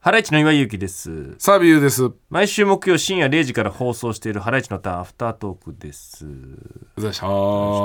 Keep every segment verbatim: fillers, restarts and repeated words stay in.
ハライチの岩井ゆきです。 サービューです。 毎週木曜深夜れいじから放送しているハライチのターンアフタートークです。 うざいしゃー、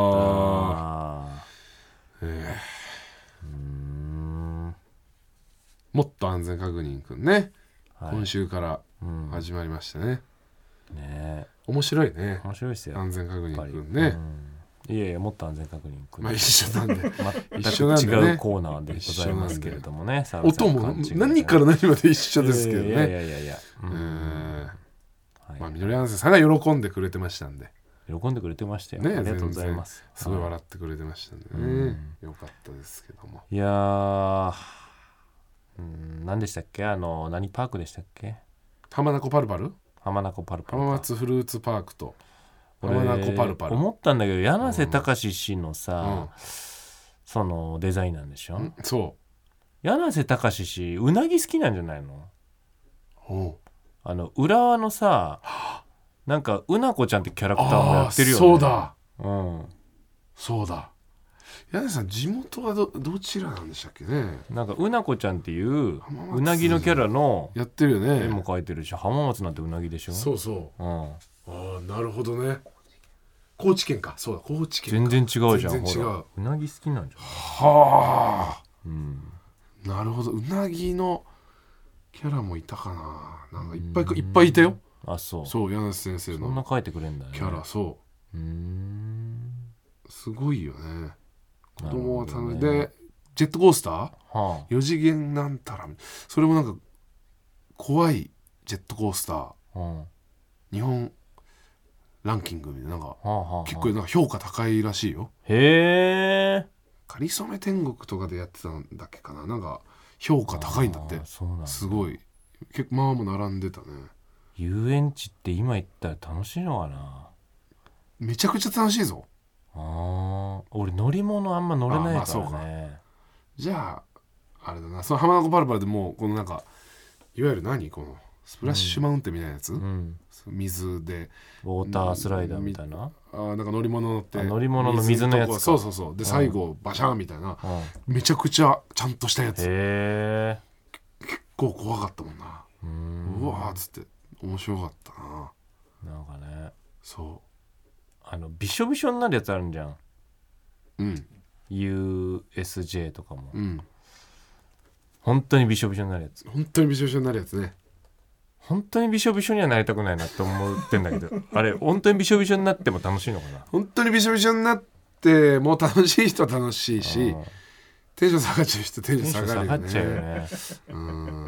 えー、うーんもっと安全確認くんね、はい、今週から始まりましたね、うん、ね面白いね。 面白いですよ安全確認くんね、 うん、いやいやもっと安全確認くん、 まあ、一緒なんで一緒なんで、ね、違うコーナーでございますけれどもね。 音も何から何まで一緒ですけどね。いやいやいやいや、うん、 はい、まあ、みのりあんせさんが喜んでくれてましたんで。 喜んでくれてましたよ、 ね、 ありがとうございます。 すごい笑ってくれてましたんでね、うん、よかったですけども。 いやー、うん、何でしたっけ、あの何パークでしたっけ、 浜名湖パルパル、 浜名湖パルパル浜松フルーツパークと浜名湖パルパル。 思ったんだけど柳瀬隆氏のさ、うん、そのデザインなんでしょ、うん、 そう柳瀬隆氏うなぎ好きなんじゃないの。 おう、 あの浦和のさ、なんかうなこちゃんってキャラクターもやってるよね。 そうだ、 うん、 そうだ。柳瀬さん地元は ど, どちらなんでしたっけね。 なんかうなこちゃんっていううなぎのキャラのやってるよね。 絵も描いてるし、浜松なんてうなぎでしょ。 そうそう、うん、ああなるほどね。高知県か。そうだ、高知県か。 全然違うじゃん。 全然違う。 ほらうなぎ好きなんじゃん。 はあ、 うん、 なるほど。うなぎのキャラもいたかな。なんかいっぱいいっぱいいたよ。 あ、そう。 そう、柳瀬先生のそんな描いてくれんだね。 キャラ、そう。うーん、すごいよね。子供は楽しい、ね、でジェットコースター、はあ、よ次元なんたら、それもなんか怖いジェットコースター、はあ、日本ランキングみたいな、なんか、はあはあ、結構なんか評価高いらしいよ。 へえ。 かりそめ天国とかでやってたんだっけかな。なんか評価高いんだって。そうなんだ。すごい結構まあも並んでたね。 遊園地って今行ったら楽しいのかな。 めちゃくちゃ楽しいぞ。 あ、俺乗り物あんま乗れないからね。あ、まあ、そうか。 じゃああれだな、その浜名湖パルパルでもうこのなんかいわゆる何このスプラッシュマウンテンみたいなやつ、うん、水でウォータースライダーみたいな、 あ、なんか乗り物乗って乗り物の水のやつか。 そうそうそう。で最後、うん、バシャーンみたいな、うん、めちゃくちゃちゃんとしたやつ。 へー、結構怖かったもんな。うーん、うわーっつって面白かったな。 なんかね、 そう、 あのびしょびしょになるやつあるじゃん。 うん、 ユーエスジェー とかも、 うん、 本当にびしょびしょになるやつ。 本当にびしょびしょになるやつね。 本当にびしょびしょにはなりたくないなって思ってんだけどあれ本当にびしょびしょになっても楽しいのかな。 本当にびしょびしょになってもう楽しい人は楽しいし、テンション下がっちゃう人テンション下がるよね。テンション下がっちゃうよね。うん、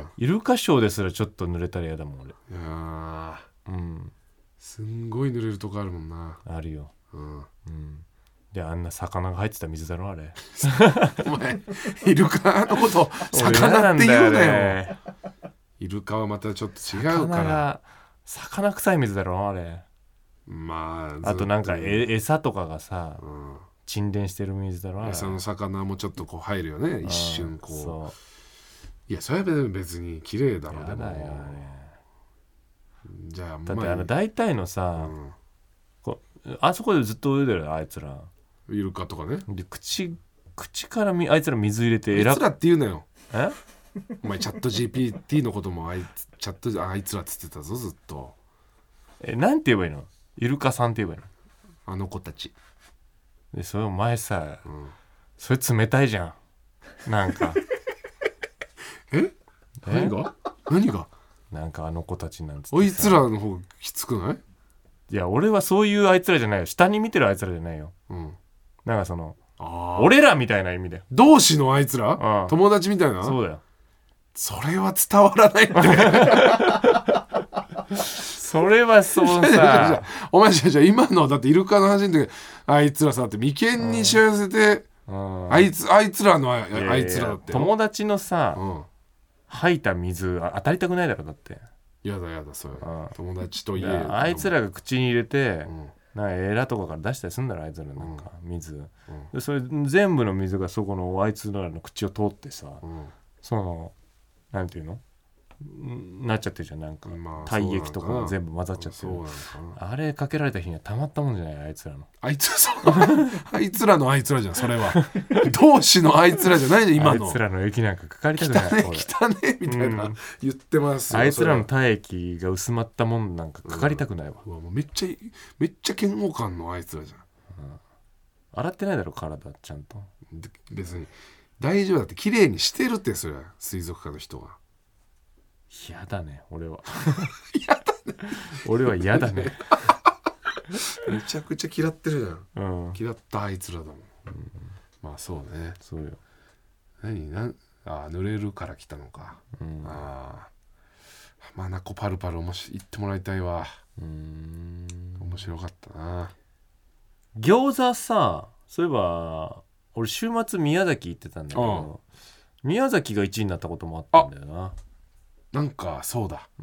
イルカショーですらちょっと濡れたら嫌だもん俺。いや、 うん、 すんごい濡れるとこあるもんな。 あるよ、うんうん、であんな魚が入ってた水だろあれお前イルカのこと魚って言うなよ。イルカはまたちょっと違うから。 魚臭い水だろあれ。 まああとなんかえ餌とかがさ、うん、沈殿してる水だろあれ。 餌の魚もちょっとこう入るよね、一瞬こう。そう、いやそれは別に綺麗だろ。でもやだよあれ。じゃあだってあの大体のさ、うん、こあそこでずっと泳いでるよあいつら。 イルカとかね。 で 口, 口からあいつら水入れて。 あいつらって言うなよ。 えお前チャット ジーピーティー のこともあいつチャットあいつらっつってたぞずっと。 え、なんて言えばいいの。イルカさんって言えばいいの。 あの子たちでそれお前さ、うん、それ冷たいじゃんなんかえ何が何がなんかあの子たちなんつってさ。 あいつらの方がきつくない？ いや俺はそういうあいつらじゃないよ。下に見てるあいつらじゃないよ、うん、なんかそのあ俺らみたいな意味で同志のあいつら、うん、友達みたいな。 そうだよ。 それは伝わらないってそれはそうさお前じゃあ今のだってイルカの話の時あいつらさって眉間にしわ寄せて、うん、あいつあいつらの あ, あいつらだって友達のさ、うん、吐いた水当たりたくないだろだって。 やだやだそれ、うん、友達と言えあいつらが口に入れて、うん、なんかエラとかから出したりすんだろあいつらなんか水、うん、でそれ全部の水がそこのあいつらの口を通ってさ、うん、そのなんていうのなっちゃってるじゃん。なんか、 まあ、 体液とかも全部混ざっちゃってる。 そうなのかな。 あれかけられた日にはたまったもんじゃない、あいつらの。 あいつそうあいつらのあいつらじゃん、それは。同志のあいつらじゃないじゃん、今の。 あいつらの液なんかかかりたくない。 汚ね汚ねみたいな、うん、言ってますよ。 あいつらの体液が薄まったもんなんかかかりたくないわ。 うん、うわもうめっちゃめっちゃ嫌悪感のあいつらじゃん。 うん、洗ってないだろ体ちゃんと。 別に大丈夫だって、綺麗にしてるって。それは水族館の人は。 嫌だね俺は。 嫌だね俺は嫌だね。 めちゃくちゃ嫌ってるじゃん、うん、嫌ったあいつらだもん、うん、まあそうね。 そうよ。 何なんあ濡れるから来たのか、うん、あマナコパルパルもし行ってもらいたいわ。うーん面白かったな。 餃子さ、そういえば俺週末宮崎行ってたんだけど、宮崎がいちいになったこともあったんだよな。 なんかそうだ、うん、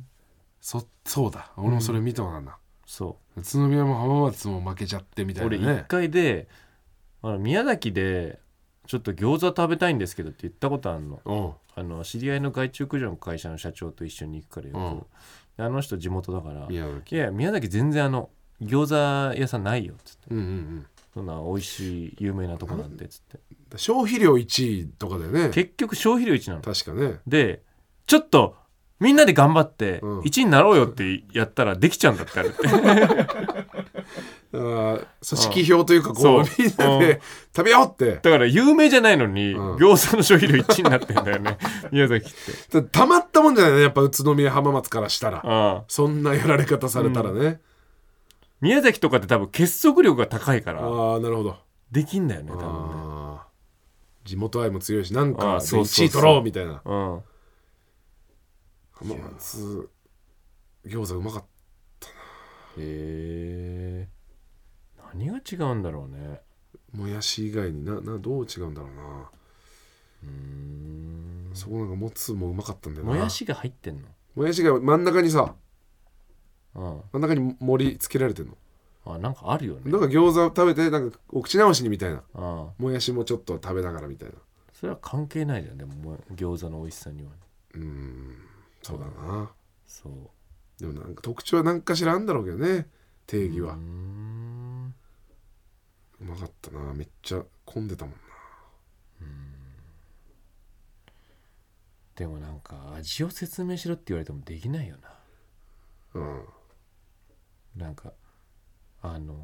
そ, そうだ俺もそれ見たことあるな、うん、そう宇都宮も浜松も負けちゃってみたいなね。 俺いっかいであの宮崎でちょっと餃子食べたいんですけどって言ったことあるの。あの知り合いの害虫駆除の会社の社長と一緒に行くからよく、あの人地元だから宮崎、いや宮崎全然あの餃子屋さんないよっつって、うんうんうん、そんな美味しい有名なとこなんてっつって。 消費量いちいとかだよね。 結局消費量いちなの。 確かね。 でちょっとみんなで頑張っていちいになろうよってやったらできちゃうんだってあれって。 あ組織票というかこう、うん、みんなで食べようって。 だから有名じゃないのに、うん、餃子の消費量いちいになってんだよね。宮崎ってたまったもんじゃないねやっぱ宇都宮浜松からしたら、うん、そんなやられ方されたらね、うん、 宮崎とかって多分結束力が高いから、 ああなるほどできんだよね多分ね。 あ地元愛も強いしなんかいちい取ろうみたいな。うん、浜松餃子うまかったな。 へえ何が違うんだろうね。 もやし以外にななどう違うんだろうな。うーんそこなんかもつもうまかったんだよな。 もやしが入ってんの。 もやしが真ん中にさ、うん、真ん中に盛り付けられてんの。 あなんかあるよね。 なんか餃子食べてなんかお口直しにみたいな、あもやしもちょっと食べながらみたいな。 それは関係ないじゃんでも餃子の美味しさには、ね、 うーんそうだな。 そうでもなんか特徴は何かしらあんだろうけどね定義は。うーんうまかったな。めっちゃ混んでたもんな。うーんでもなんか味を説明しろって言われてもできないよな。うんなんかあの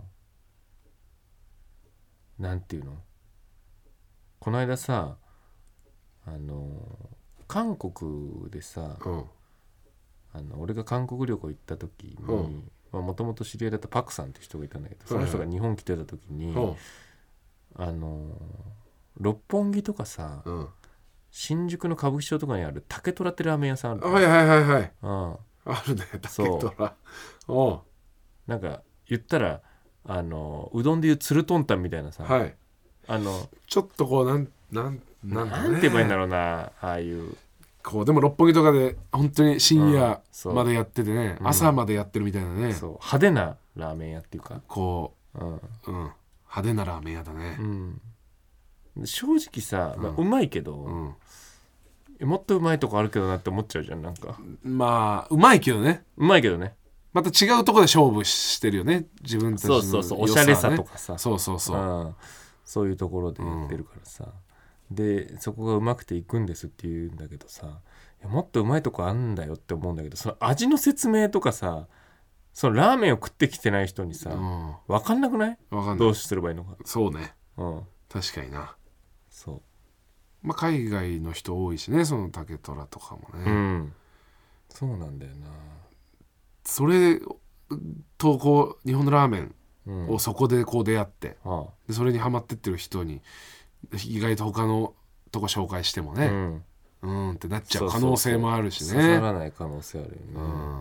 なんていうのこの間さあの韓国でさ、うん、あの俺が韓国旅行行った時にもともと知り合いだったパクさんって人がいたんだけど、その人が日本来てた時に、うん、あの六本木とかさ、うん、新宿の歌舞伎町とかにある竹虎ってラーメン屋さんある。 はいはいはいはい、うん、あるね竹虎。おなんか言ったらあのうどんでいうつるとんたんみたいなさ、はい、あのちょっとこうなんなんなんだ、ね、なんて言えばいいんだろうなああいうこうでも六本木とかで本当に深夜までやっててね、うん、朝までやってるみたいなね、 そう派手なラーメン屋っていうかこう、うんうん、派手なラーメン屋だね、 うん、正直さ、まあ、うまいけど、うん、もっとうまいとこあるけどなって思っちゃうじゃん。なんかまあうまいけどねうまいけどねまた違うところで勝負してるよね自分たちの良さ、ね、 そうそうそうおしゃれさとかさそうそうそう、うん、 そういうところでやってるからさ、うん、でそこがうまくていくんですって言うんだけどさ、いやもっとうまいとこあんだよって思うんだけど、その味の説明とかさそのラーメンを食ってきてない人にさ、うん、分かんなくない？分かんない。どうすればいいのか。 そうね、うん、確かにな。そうまあ海外の人多いしねその竹虎とかもね、うん、 そうなんだよな。 それとこう日本のラーメンをそこでこう出会って、うん、でそれにハマってってる人に意外と他のとこ紹介してもね、うん、うんってなっちゃう可能性もあるしね。 刺さらない可能性あるよね、うんうん、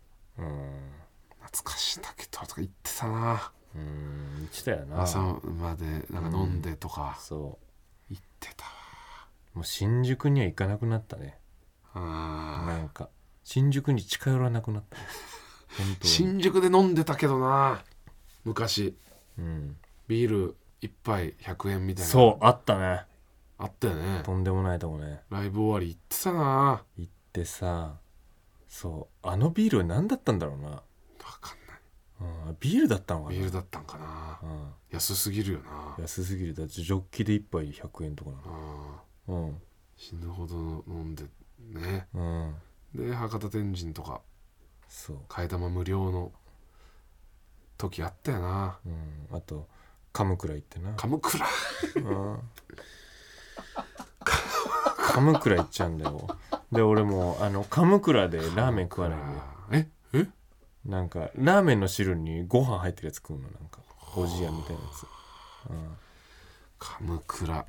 懐かしい竹虎とか言ってたな。 うん言ってたよな。 朝までなんか飲んでとか、うん、そう言ってたわ。 もう新宿には行かなくなったね。あなんか新宿に近寄らなくなった本当新宿で飲んでたけどな昔、うん、ビール一杯ひゃくえんみたいな。 そうあったね。 あったよね。 とんでもないとこね。 ライブ終わり行ってたな。 行っでさ、そうあのビールは何だったんだろうな。分かんない、 うん、ビールだったのかな。 ビールだったんかな、うん、安すぎるよな。 安すぎる。だってジョッキで一杯ひゃくえんとかなの、うん、 死ぬほど飲んでね、 うん、 で博多天神とかそう替え玉無料の時あったよな、 うん、あとカムクラ行ってな。 カムクラうんカムクラ行っちゃうんだよ。で俺もあのカムクラでラーメン食わないんだよ。 ええなんかラーメンの汁にご飯入ってるやつ食うの。なんかおじやみたいなやつ、うん、 カムクラ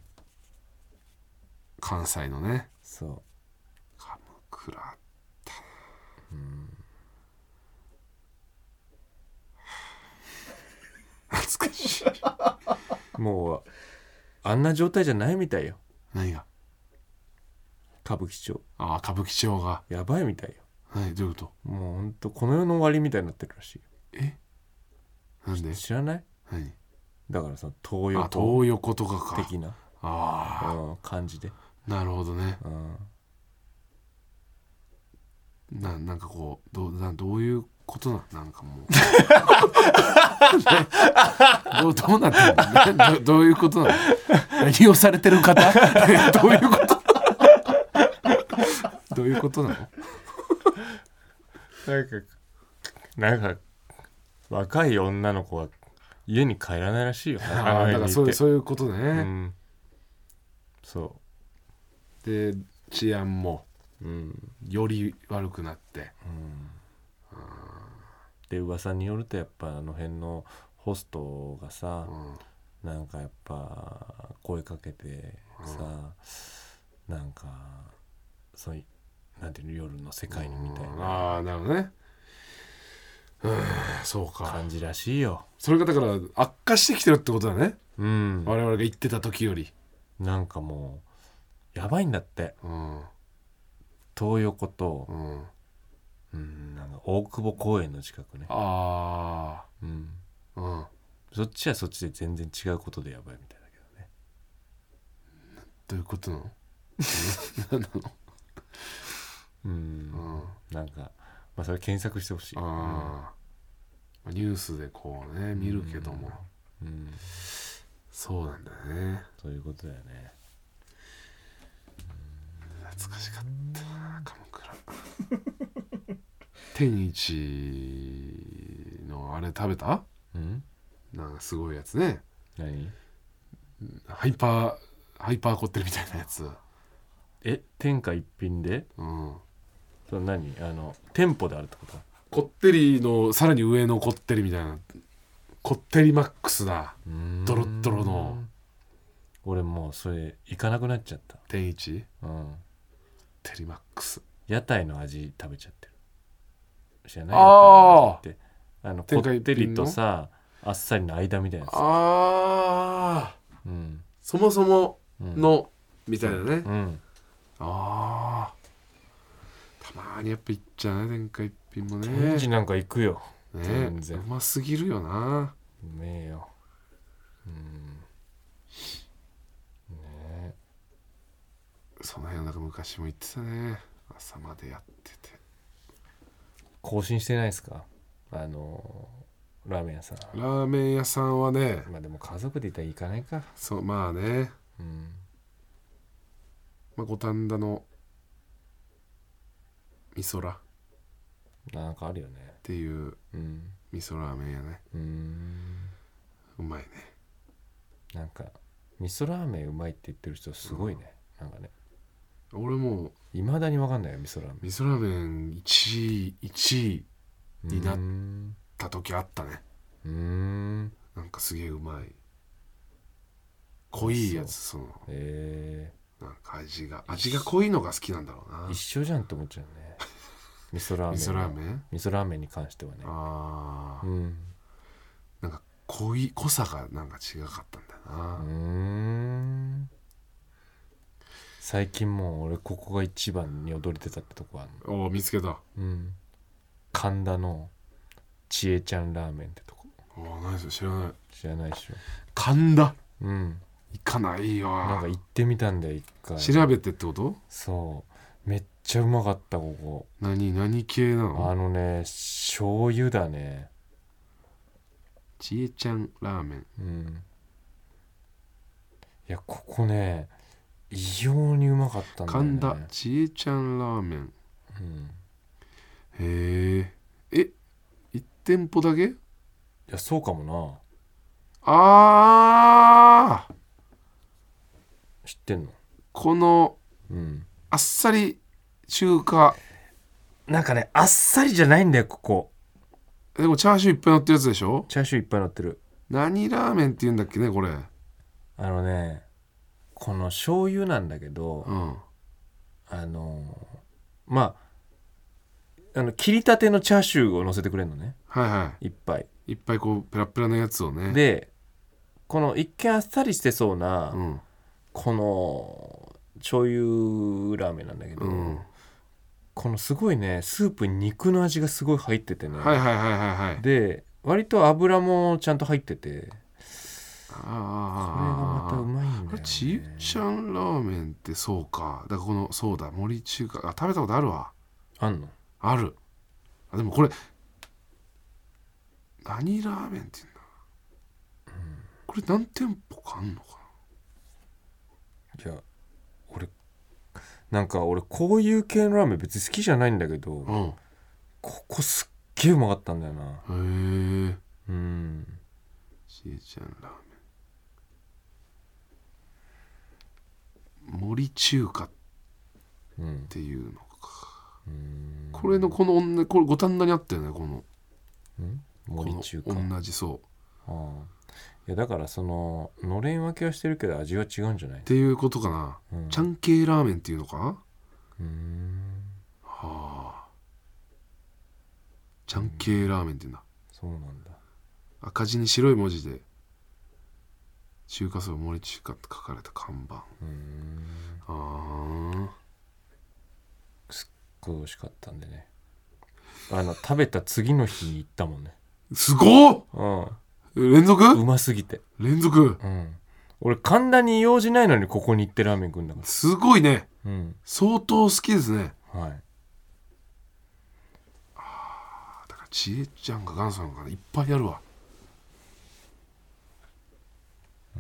関西のね。 そうカムクラあった、うん、懐かしいもうあんな状態じゃないみたいよ。 何が？ 歌舞伎町。 ああ歌舞伎町がやばいみたいよ。 はい、どういうこと？ もうほんとこの世の終わりみたいになってるらしいよ。 えなんで？ 知らない？ 何？ だからさ東横、 あ東横とかか的なあ、 うん、感じで。 なるほどね、 うん、 な, なんかこう ど, などういうことななんかもうど, うどうなってんの ど, どういうことなの？何をされてる方どういうことどういうことなの？ なんかなんか若い女の子は家に帰らないらしいよ。 ああだからそういうそういうことね、うん、 そうで治安も、 うん、 より悪くなって、 うん、で噂によるとやっぱあの辺のホストがさ、うん、なんかやっぱ声かけてさ、うん、なんかそういうなんていうの夜の世界にみたいな、 うん、ああなるほどね、うん、そうか感じらしいよ。 それがだから悪化してきてるってことだね、 うん、 我々が言ってた時よりなんかもうやばいんだって、うん、東横と、うんうん、なんか大久保公園の近くね。 ああ、 うんうん、そっちはそっちで全然違うことでやばいみたいだけどね。 どういうことなの？何なの？ うん、うん、なんかまあそれ検索してほしい。 あ、うん、ニュースでこうね見るけども、うんうん、そうなんだね。 そういうことだよね。 懐かしかったな鎌倉天一のあれ食べた？うん、なんかすごいやつね。 何？ ハイパーハイパーこってりみたいなやつ。 え天下一品で？うん。それ何？あの店舗であるってこと？ こってりのさらに上のこってりみたいな。こってりマックスだ。ドロッドロの。 俺もうそれ行かなくなっちゃった。 天一？ うん。 テリマックス。 屋台の味食べちゃってる。知らない？ あってあのこってりとさあっさりの間みたいなやつ。 ああ、うん、そもそもの、うん、みたいなね、うんうん、ああたまにやっぱ行っちゃうね天下一品もね。 天一なんか行くよ、 ね、全然うますぎるよな。 うめえよ、うんね、 その辺なんか昔も行ってたね。朝までやってて更新してないですか？あのラーメン屋さん。 ラーメン屋さんはね、 まあでも家族でいたら行かないか。 そうまあね、うん、まあ五反田の味噌ラなんかあるよねっていう味噌ラーメン屋ね、うん、うまいね。 なんか味噌ラーメンうまいって言ってる人すごいね、うん、なんかね俺もいまだに分かんないよ味噌ラーメン。 味噌ラーメンいちいいちいになった時あったね。うーんなんかすげえうまい濃いやつ。そのえー、なんか味が味が濃いのが好きなんだろうな。 一緒じゃんって思っちゃうね味噌ラーメン味噌ラーメン味噌ラーメンに関してはね。ああ、うん、 なんか濃い濃さがなんか違かったんだよな。うーん最近もう俺ここが一番に躍り出たってとこあるの。お見つけた。 うん。神田のちえちゃんラーメンってとこ。 お何それ知らない。 知らないでしょ。 神田。 うん。 行かないよ。 なんか行ってみたんだよ一回。 調べてってこと？ そめっちゃうまかった。ここ何何系なの？ あのね醤油だね。 ちえちゃんラーメン。 うん。いやここね異様にうまかったんだよね。 神田ちえちゃんラーメン、うん、へえ。えいち店舗だけ？いやそうかもな。 あー知ってんの？ この、うん、あっさり中華。 なんかねあっさりじゃないんだよここ。 でもチャーシューいっぱい乗ってるやつでしょ？ チャーシューいっぱい乗ってる。 何ラーメンって言うんだっけねこれ。 あのねこの醤油なんだけど、 うん、 あのまああの切りたてのチャーシューを乗せてくれるのね。 はいはい。 いっぱいいっぱいこうペラペラのやつをね。 でこの一見あっさりしてそうな、 うん、 この醤油ラーメンなんだけど、うん、このすごいねスープに肉の味がすごい入っててね。 はいはいはいはいはい。 で割と油もちゃんと入ってて、 ああこれがまたうまいんだよね。 これちゆちゃんラーメンってそうか。だからこのそうだ森中華、あ食べたことあるわ。 あんの？ある。あでもこれ何ラーメンって言うんだ、うん、これ何店舗かあんのかな。いや俺なんか俺こういう系のラーメン別に好きじゃないんだけど、うん、ここすっげえうまかったんだよな。へえ。うん。 ちえちゃんラーメン森中華っていうのか、うん、これのこのこれ五反田にあったよねこの、 うん、森中華同じそう。 ああいやだからそののれん分けはしてるけど味は違うんじゃないっていうことかな、うん、ちゃん系ラーメンっていうのか。うーんはあちゃん系ラーメンって言うんだ、 うん、そうなんだ。 赤字に白い文字で中華そば森中華って書かれた看板。うーんあすっごい美味しかったんでね、あの食べた次の日に行ったもんね。 すごっ、うん、連続うますぎて連続、うん、 俺神田に用事ないのにここに行ってラーメン食うんだから。 すごいね、 うん、 相当好きですね。 はい。 あだからちえちゃんが元祖なのかな。いっぱいあるわ、うん、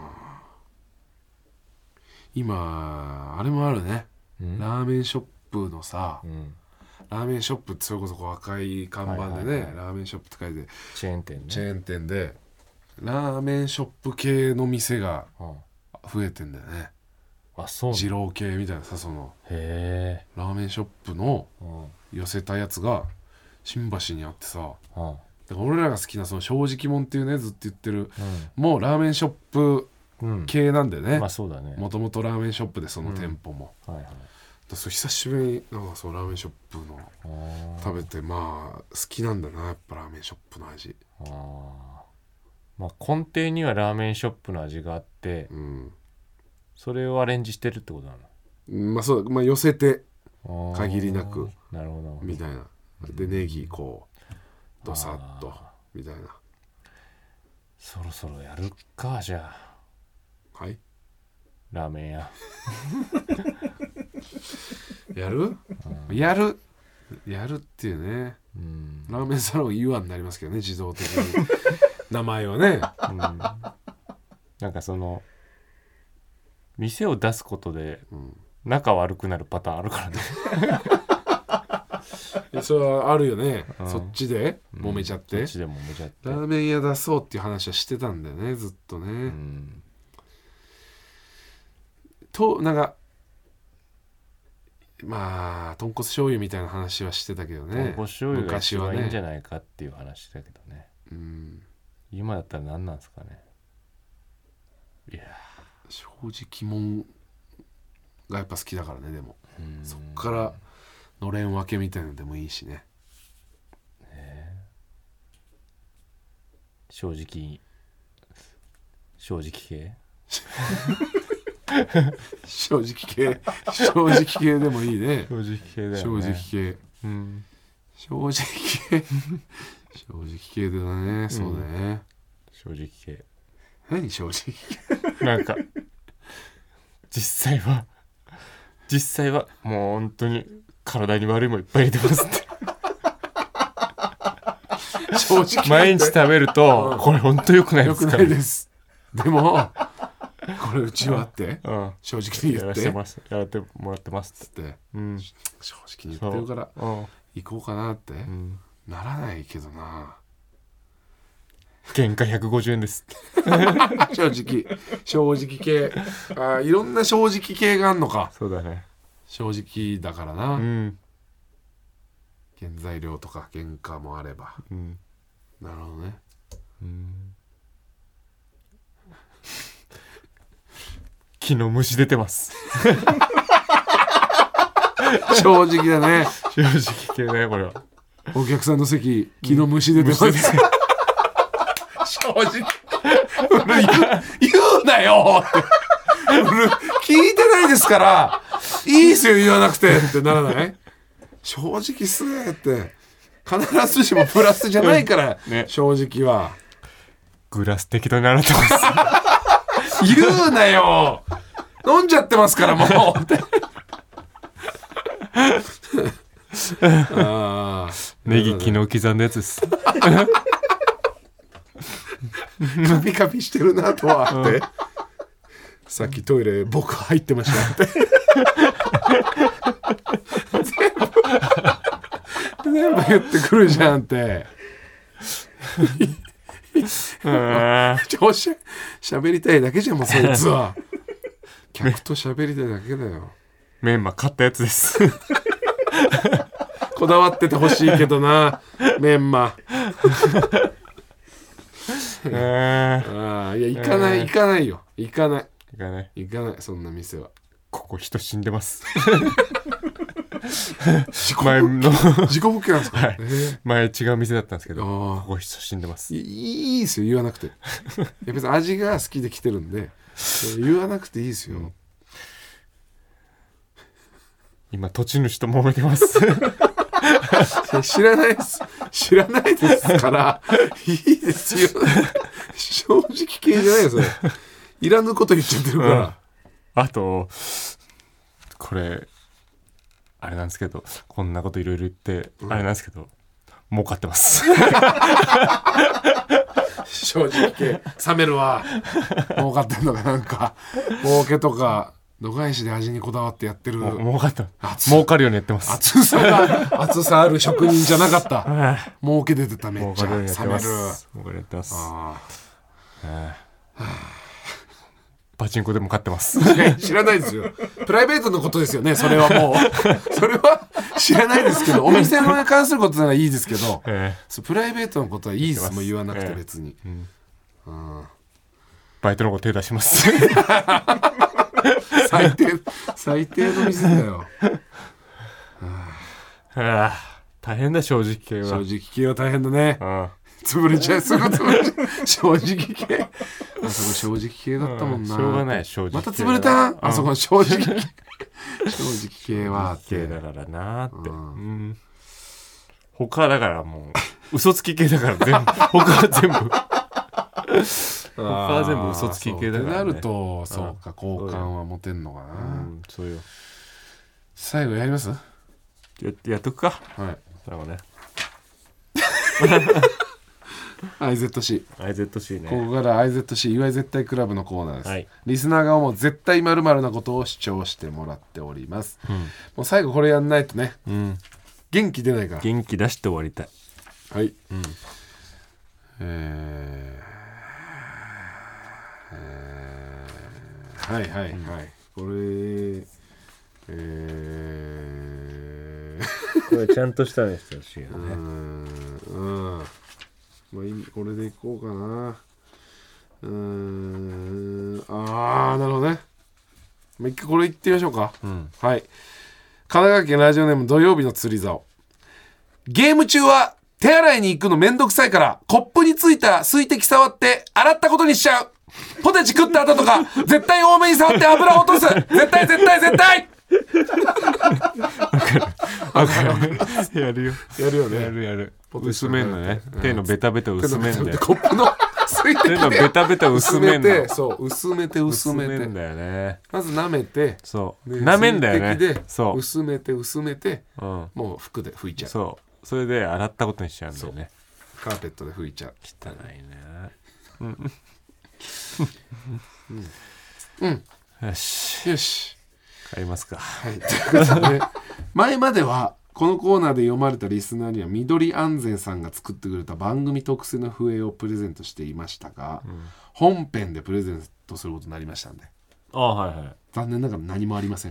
今あれもあるね、うん、ラーメンショップのさ、うん、ラーメンショップってそれこそこう赤い看板でね、はいはいはい、ラーメンショップって書いてチェーン店ね。 チェーン店でラーメンショップ系の店が増えてんだよね、 うん、あそう。 二郎系みたいなさ、そのへラーメンショップの寄せたやつが新橋にあってさ、うん、だから俺らが好きなその正直もんっていうねずっと言ってる、うん、もうラーメンショップ系なんでね、うん、まあそうだね、もともとラーメンショップでその店舗も、うんはいはい、だそう久しぶりになんかそうラーメンショップの食べて、まあ好きなんだなやっぱラーメンショップの味。 あまあ根底にはラーメンショップの味があって、うん、それをアレンジしてるってことなの。まあそうだ、まあ、寄せて限りなくなるほどみたいな。でネギこうドサッとみたいな。 そろそろやるかじゃあ。はいラーメン屋やる、うん、やるやるっていうね、うん、ラーメンサロンユアになりますけどね自動的に名前はね、うん、 なんかその店を出すことで仲悪くなるパターンあるからねそれはあるよね、うん、そっちで揉めちゃって、うん、 そっちで揉めちゃってラーメン屋出そうっていう話はしてたんだよねずっとね、うん、となんかまあ豚骨醤油みたいな話はしてたけどね。 豚骨醤油が一番いいんじゃないかっていう話だけどね、うん、今だったら何なんですかね。いや正直もんがやっぱ好きだからね。でもそっからのれん分けみたいなのでもいいしね。 ね正直正直系正直系正直系でもいいね。 正直系だよね。 正直系、うん、正直系正直系だね、うん、そうだね。 正直系何正直系なんか実際は実際はもう本当に体に悪いもんいっぱい入れてますって正直毎日食べると、うん、これ本当良くないですから、 良くないです。でもこれうちはって、うん、正直に言ってやらせてやらてもらってますって、 うん、正直に言ってるから、うん、行こうかなって、うん、ならないけどな。 原価ひゃくごじゅうえんです正直正直系、あ、いろんな正直系があんのか。 そうだね、 正直だからな、 うん、 原材料とか原価もあれば、うん、なるほどね、うん、 昨日虫出てます正直だね、 正直系だよこれは。 お客さんの席昨日虫出てます、うん、正直言うなよって聞いてないですからいいっすよ言わなくてってならない？正直っすねって必ずしもプラスじゃないから、ね、正直はグラス適当に洗ってます言うなよ飲んじゃってますからもうってあネギ昨日刻んだやつですカピカピしてるなとはって、うん、さっきトイレ僕入ってましたって全部全部言ってくるじゃんって調子しゃべりたいだけじゃんもうそいつは客としゃべりたいだけだよ。 メンマ買ったやつですこだわっててほしいけどなメンマああいや行かない行かないよ行かない行かない行かないそんな店は。 ここ人死んでます前の自己保険なんですか、はい、 えー、前違う店だったんですけどここ人死んでます。 い い, いいですよ言わなくていや別に味が好きで来てるんで言わなくていいですよ、うん、 今土地主と揉めてます知らないです知らないですからいいですよ正直系じゃないよそれいらぬこと言っちゃってるから、うん、 あとこれあれなんですけどこんなこといろいろ言って、うん、あれなんですけど儲かってます正直系冷めるわ儲かってんのかなんか儲けとか度外視で味にこだわってやってる。 儲かった儲かるようにやってます。 熱さが熱さある職人じゃなかった儲け出てためっちゃ冷める儲かるようにやってます。ああパチンコでも勝ってます知らないですよプライベートのことですよねそれはもうそれは知らないですけどお店に関することならいいですけど、えー、プライベートのことはいいですもう言わなくて別に、えーうんうん、バイトの子手出します最低最低の店だよはあ、大変だ正直系は正直系は大変だね、ああ潰れちゃうすぐ潰れちゃう正直系あそこ正直系だったもんな、 うん、しょうがない正直系また潰れた、うん、あそこ正直系正直系は系だからなって、うんうん、他だからもう嘘つき系だから全部他は全部他は全部嘘つき系だから、ね、 ってなるとそうか好感は持てんのかな、うん、 そうよ。 最後やりますや, やっとくか。 はい最後ねアイゼットシーアイゼットシー ね。 ここから アイゼットシー 岩井絶対クラブのコーナーです、はい、リスナー側も絶対〇〇なことを主張してもらっております、うん、もう最後これやんないとね、うん、元気出ないから元気出して終わりたい。 はい、うん、えーえー、はいはいはい、うん、これえー、これちゃんとしたのしてほしいよね。 うんうんまあ、これでいこうかな。うーんあーなるほどね。もう一回これ言ってみましょうか、うん、はい。神奈川県ラジオネーム土曜日の釣り竿。ゲーム中は手洗いに行くのめんどくさいからコップについた水滴触って洗ったことにしちゃう。ポテチ食った後とか絶対多めに触って油落とす。絶対絶対絶対わかるやるよやるよね。 やるやる薄めんのね。手のベタベタ薄めんでコップの水滴でベタベタ薄めんの薄めてそう薄めて薄めて薄めんだよね。 まず舐めてそうで舐めんだよね。 水滴でそう薄めて薄めて、 うん、 もう服で拭いちゃう。 そうそれで洗ったことにしちゃうんだよね。 カーペットで拭いちゃう。 汚いね。うんうん、 よしよし帰りますか。 はい、ということで前まではこのコーナーで読まれたリスナーには緑安全さんが作ってくれた番組特製の笛をプレゼントしていましたが、うん、本編でプレゼントすることになりましたんで、 あ、はいはい、 残念ながら何もありません。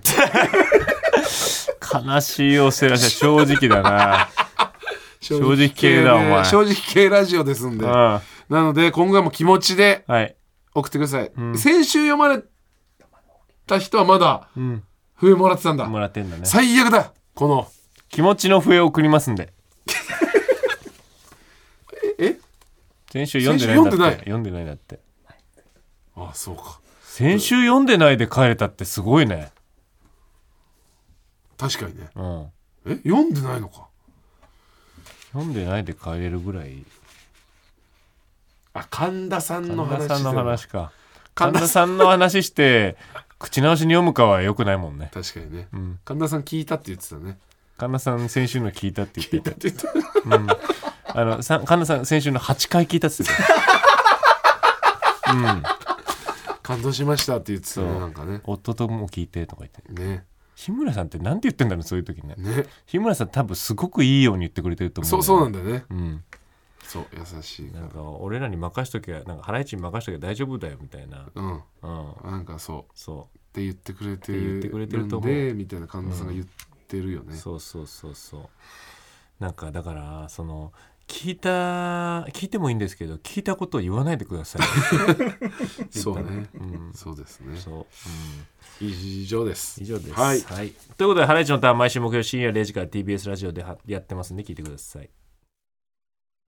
悲しいお知らせ。正直だな。正直系だお前。 正直系ラジオですんで、なので今後はもう気持ちで送ってください、はい、うん、先週読まれた人はまだ笛もらってたんだ、 うん、もらってんだね。 最悪だ。この気持ちの笛を送りますんで。 え先週読んでないんだって。読んでないんだって。 ああ、そうか。 先週読んでないで帰れたってすごいね。 確かにね、 うん、 え読んでないのか。 読んでないで帰れるぐらい。 あ、神田さんの話。 神田さんの話か。神田さんの話して口直しに読むかは良くないもんね。 確かにね、 うん、 神田さん聞いたって言ってたね。 神田さん先週の聞いたって言ってた。聞いたって言ってた、うん、あのさ神田さん先週のはちかい聞いたって言ってた。うん、 感動しましたって言ってたね。なんかね、 夫とも聞いてとか言ってね。 日村さんってなんて言ってんだろう、そういう時ね。 ね、 日村さん多分すごくいいように言ってくれてると思う、ね、 そうそうなんだよね、 うん、 そう優しい。 なんか俺らに任しときゃ、なんかハライチに任しときゃ大丈夫だよみたいな、 うん、うん、なんかそうそうって言ってくれてるんでみたいな神田さんが言ってるよね、うん、 そうそうそうそう。なんかだからその聞いた聞いてもいいんですけど、聞いたことを言わないでください。 そうね、うん、そうですね。そう、うん、以上です以上です、 はい、 はい、ということでハライチのターン毎週木曜深夜れいじから ティービーエス ラジオでやってますんで聞いてください。